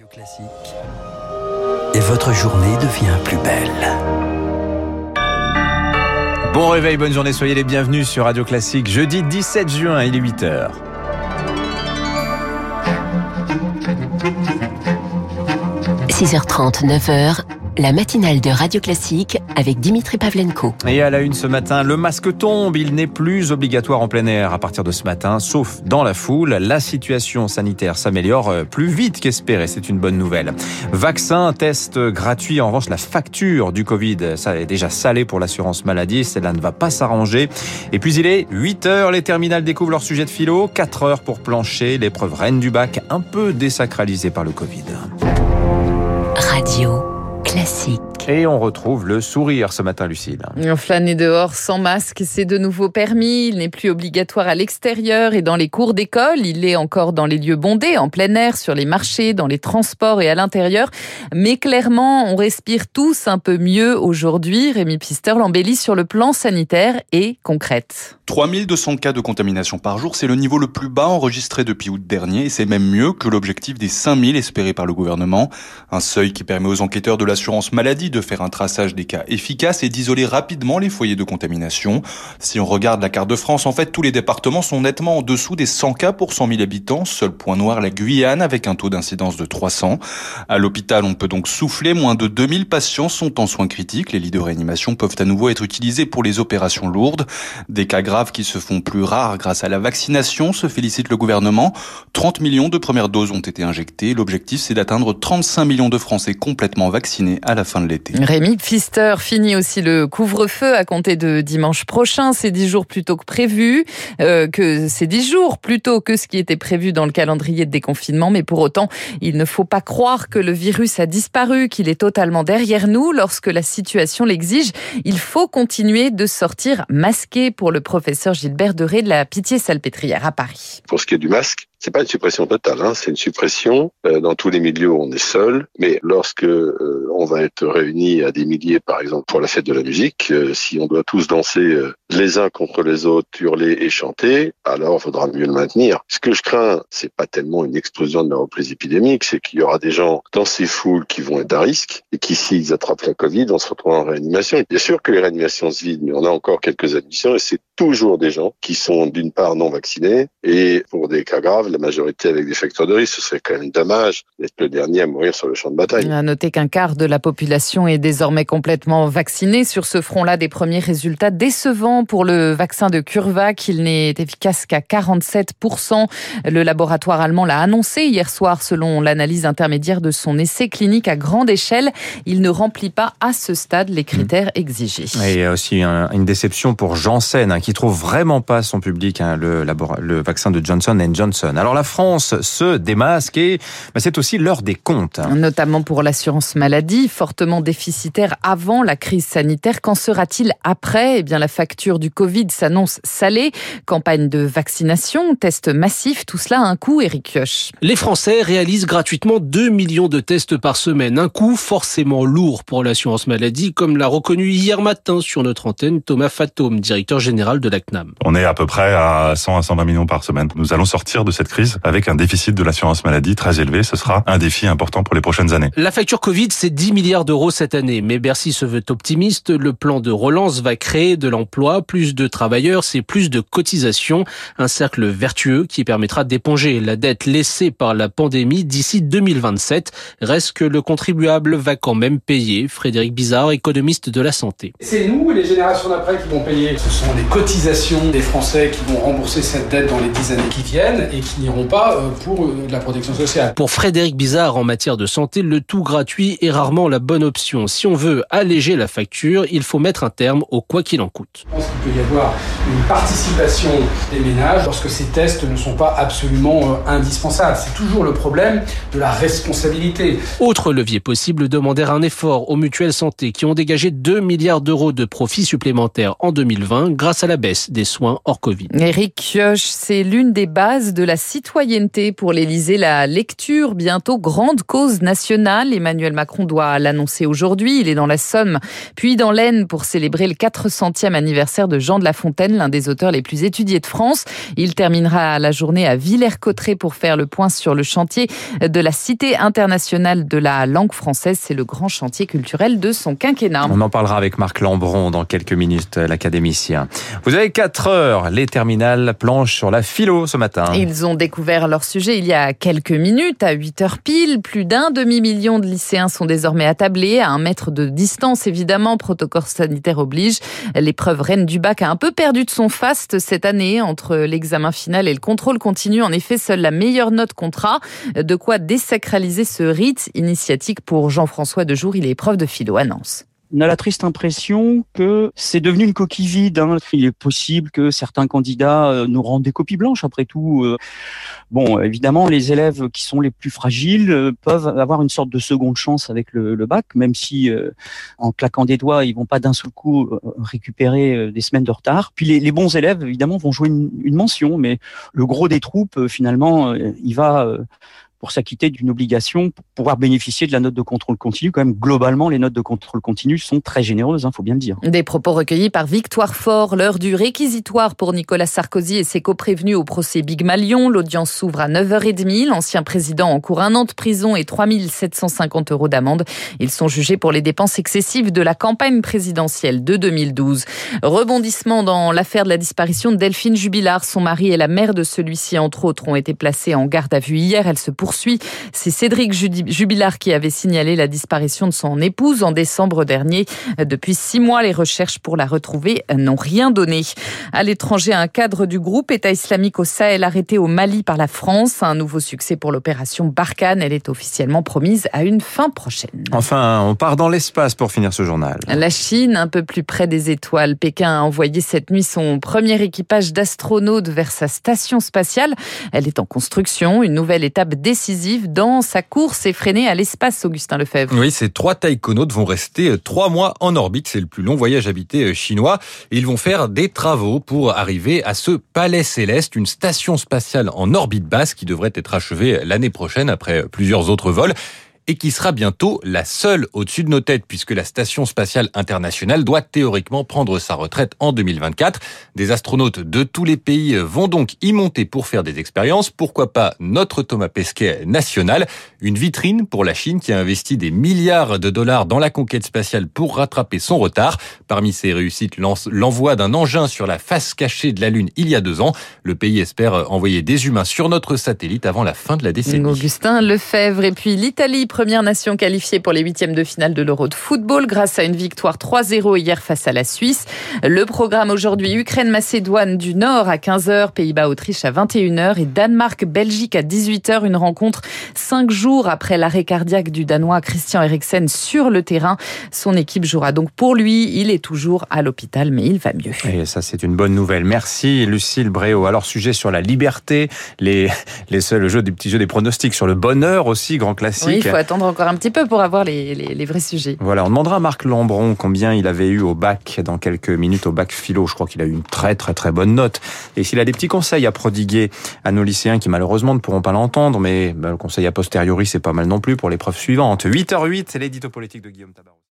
Classique. Et votre journée devient plus belle. Bon réveil, bonne journée, soyez les bienvenus sur Radio Classique. Jeudi 17 juin, il est 8h. « 6h30, 9h, la matinale de Radio Classique avec Dimitri Pavlenko. » Et à la une ce matin, le masque tombe. Il n'est plus obligatoire en plein air à partir de ce matin, sauf dans la foule. La situation sanitaire s'améliore plus vite qu'espéré. C'est une bonne nouvelle. Vaccin, test gratuit. En revanche, la facture du Covid, ça est déjà salé pour l'assurance maladie. Cela ne va pas s'arranger. Et puis il est 8h. Les terminales découvrent leur sujet de philo. 4 heures pour plancher. L'épreuve reine du bac, un peu désacralisée par le Covid. Radio Classique. Et on retrouve le sourire ce matin, Lucille. Flâner dehors sans masque, c'est de nouveau permis. Il n'est plus obligatoire à l'extérieur et dans les cours d'école. Il est encore dans les lieux bondés, en plein air, sur les marchés, dans les transports et à l'intérieur. Mais clairement, on respire tous un peu mieux aujourd'hui. Rémi Pfister l'embellit sur le plan sanitaire et concrète. 3200 cas de contamination par jour, c'est le niveau le plus bas enregistré depuis août dernier et c'est même mieux que l'objectif des 5000 espéré par le gouvernement. Un seuil qui permet aux enquêteurs de l'assurance maladie de faire un traçage des cas efficace et d'isoler rapidement les foyers de contamination. Si on regarde la carte de France, en fait, tous les départements sont nettement en dessous des 100 cas pour 100 000 habitants. Seul point noir, la Guyane, avec un taux d'incidence de 300. À l'hôpital, on peut donc souffler. Moins de 2000 patients sont en soins critiques. Les lits de réanimation peuvent à nouveau être utilisés pour les opérations lourdes. Des cas graves qui se font plus rares grâce à la vaccination, se félicite le gouvernement. 30 millions de premières doses ont été injectées. L'objectif, c'est d'atteindre 35 millions de Français complètement vaccinés à la fin de l'été. Rémi Pfister finit aussi le couvre-feu à compter de dimanche prochain. C'est 10 jours plus tôt que prévu, c'est 10 jours plus tôt que ce qui était prévu dans le calendrier de déconfinement. Mais pour autant, il ne faut pas croire que le virus a disparu, qu'il est totalement derrière nous. Lorsque la situation l'exige, il faut continuer de sortir masqué pour le professeur Gilbert Deray de la Pitié-Salpêtrière à Paris. Pour ce qui est du masque, c'est pas une suppression totale, c'est une suppression dans tous les milieux où on est seul. Mais lorsque on va être réunis à des milliers, par exemple pour la fête de la musique, si on doit tous danser les uns contre les autres, hurler et chanter, alors il faudra mieux le maintenir. Ce que je crains, c'est pas tellement une explosion de la reprise épidémique, c'est qu'il y aura des gens dans ces foules qui vont être à risque et qui, s'ils attrapent la Covid, on se retrouve en réanimation. Et bien sûr que les réanimations se vident, mais on a encore quelques admissions et c'est toujours des gens qui sont d'une part non vaccinés et pour des cas graves, la majorité avec des facteurs de risque. Ce serait quand même dommage d'être le dernier à mourir sur le champ de bataille. À noter qu'un quart de la population est désormais complètement vaccinée. Sur ce front-là, des premiers résultats décevants pour le vaccin de CureVac. Il n'est efficace qu'à 47%. Le laboratoire allemand l'a annoncé hier soir selon l'analyse intermédiaire de son essai clinique à grande échelle. Il ne remplit pas à ce stade les critères exigés. Et il y a aussi une déception pour Janssen qui trouve vraiment pas son public, le vaccin de Johnson & Johnson. Alors la France se démasque et c'est aussi l'heure des comptes. Notamment pour l'assurance maladie, fortement déficitaire avant la crise sanitaire. Qu'en sera-t-il après ? Eh bien, la facture du Covid s'annonce salée. Campagne de vaccination, tests massifs, tout cela a un coût, Éric Kioch. Les Français réalisent gratuitement 2 millions de tests par semaine. Un coût forcément lourd pour l'assurance maladie, comme l'a reconnu hier matin sur notre antenne Thomas Fatome, directeur général de la CNAM. On est à peu près à 100 à 120 millions par semaine. Nous allons sortir de cette crise avec un déficit de l'assurance maladie très élevé. Ce sera un défi important pour les prochaines années. La facture Covid, c'est 10 milliards d'euros cette année. Mais Bercy se veut optimiste. Le plan de relance va créer de l'emploi, plus de travailleurs, c'est plus de cotisations. Un cercle vertueux qui permettra d'éponger la dette laissée par la pandémie d'ici 2027. Reste que le contribuable va quand même payer. Frédéric Bizard, économiste de la santé. C'est nous et les générations d'après qui vont payer. Ce sont les cotisations des Français qui vont rembourser cette dette dans les 10 années qui viennent et qui n'iront pas pour la protection sociale. Pour Frédéric Bizard, en matière de santé, le tout gratuit est rarement la bonne option. Si on veut alléger la facture, il faut mettre un terme au quoi qu'il en coûte. Je pense qu'il peut y avoir une participation des ménages lorsque ces tests ne sont pas absolument indispensables. C'est toujours le problème de la responsabilité. Autre levier possible, demander un effort aux mutuelles santé qui ont dégagé 2 milliards d'euros de profits supplémentaires en 2020 grâce à la la baisse des soins hors Covid. Éric Kioch, c'est l'une des bases de la citoyenneté pour l'Élysée. La lecture, bientôt grande cause nationale. Emmanuel Macron doit l'annoncer aujourd'hui. Il est dans la Somme, puis dans l'Aisne pour célébrer le 400e anniversaire de Jean de La Fontaine, l'un des auteurs les plus étudiés de France. Il terminera la journée à Villers-Cotterêts pour faire le point sur le chantier de la Cité internationale de la langue française. C'est le grand chantier culturel de son quinquennat. On en parlera avec Marc Lambron dans quelques minutes, l'académicien. Vous avez 4 heures. Les terminales planchent sur la philo ce matin. Ils ont découvert leur sujet il y a quelques minutes, à 8 heures pile. Plus d'1 demi-million de lycéens sont désormais attablés, à 1 mètre de distance évidemment. Protocole sanitaire oblige. L'épreuve reine du bac a un peu perdu de son faste cette année entre l'examen final et le contrôle continu. En effet, seule la meilleure note comptera. De quoi désacraliser ce rite initiatique pour Jean-François Dejour. Il est prof de philo à Nantes. On a la triste impression que c'est devenu une coquille vide. Il est possible que certains candidats nous rendent des copies blanches. Après tout, bon, évidemment, les élèves qui sont les plus fragiles peuvent avoir une sorte de seconde chance avec le bac, même si en claquant des doigts, ils vont pas d'un seul coup récupérer des semaines de retard. Puis les bons élèves, évidemment, vont jouer une mention, mais le gros des troupes, finalement, il va pour s'acquitter d'une obligation, pour pouvoir bénéficier de la note de contrôle continu. Quand même, globalement, les notes de contrôle continu sont très généreuses, faut bien le dire. Des propos recueillis par Victoire Fort. L'heure du réquisitoire pour Nicolas Sarkozy et ses coprévenus au procès Big Malion. L'audience s'ouvre à 9h30. L'ancien président encourt 1 an de prison et 3 750 € d'amende. Ils sont jugés pour les dépenses excessives de la campagne présidentielle de 2012. Rebondissement dans l'affaire de la disparition de Delphine Jubilard. Son mari et la mère de celui-ci, entre autres, ont été placés en garde à vue hier. Elle se poursuit. C'est Cédric Jubilard qui avait signalé la disparition de son épouse en décembre dernier. Depuis 6 mois, les recherches pour la retrouver n'ont rien donné. À l'étranger, un cadre du groupe État islamique au Sahel arrêté au Mali par la France. Un nouveau succès pour l'opération Barkhane. Elle est officiellement promise à une fin prochaine. Enfin, on part dans l'espace pour finir ce journal. La Chine, un peu plus près des étoiles. Pékin a envoyé cette nuit son premier équipage d'astronautes vers sa station spatiale. Elle est en construction. Une nouvelle étape décisive dans sa course effrénée à l'espace, Augustin Lefebvre. Oui, ces 3 taïkonautes vont rester 3 mois en orbite. C'est le plus long voyage habité chinois. Et ils vont faire des travaux pour arriver à ce palais céleste, une station spatiale en orbite basse qui devrait être achevée l'année prochaine après plusieurs autres vols. Et qui sera bientôt la seule au-dessus de nos têtes, puisque la Station spatiale internationale doit théoriquement prendre sa retraite en 2024. Des astronautes de tous les pays vont donc y monter pour faire des expériences. Pourquoi pas notre Thomas Pesquet national, une vitrine pour la Chine qui a investi des milliards de dollars dans la conquête spatiale pour rattraper son retard. Parmi ses réussites, l'envoi d'un engin sur la face cachée de la Lune il y a 2 ans. Le pays espère envoyer des humains sur notre satellite avant la fin de la décennie. Augustin Lefebvre. Et puis l'Italie, première nation qualifiée pour les 8e de finale de l'Euro de football grâce à une victoire 3-0 hier face à la Suisse. Le programme aujourd'hui, Ukraine-Macédoine du Nord à 15h, Pays-Bas-Autriche à 21h et Danemark-Belgique à 18h. Une rencontre 5 jours après l'arrêt cardiaque du Danois Christian Eriksen sur le terrain. Son équipe jouera donc pour lui. Il est toujours à l'hôpital, mais il va mieux. Et ça, c'est une bonne nouvelle. Merci, Lucille Bréau. Alors, sujet sur la liberté, le petit jeu des pronostics sur le bonheur aussi, grand classique. Oui, il faut attendre encore un petit peu pour avoir les vrais sujets. Voilà, on demandera à Marc Lambron combien il avait eu au bac dans quelques minutes, au bac philo. Je crois qu'il a eu une très très très bonne note. Et s'il a des petits conseils à prodiguer à nos lycéens qui malheureusement ne pourront pas l'entendre, mais le conseil a posteriori, c'est pas mal non plus pour l'épreuve suivante. 8h08, c'est l'édito politique de Guillaume Tabarot.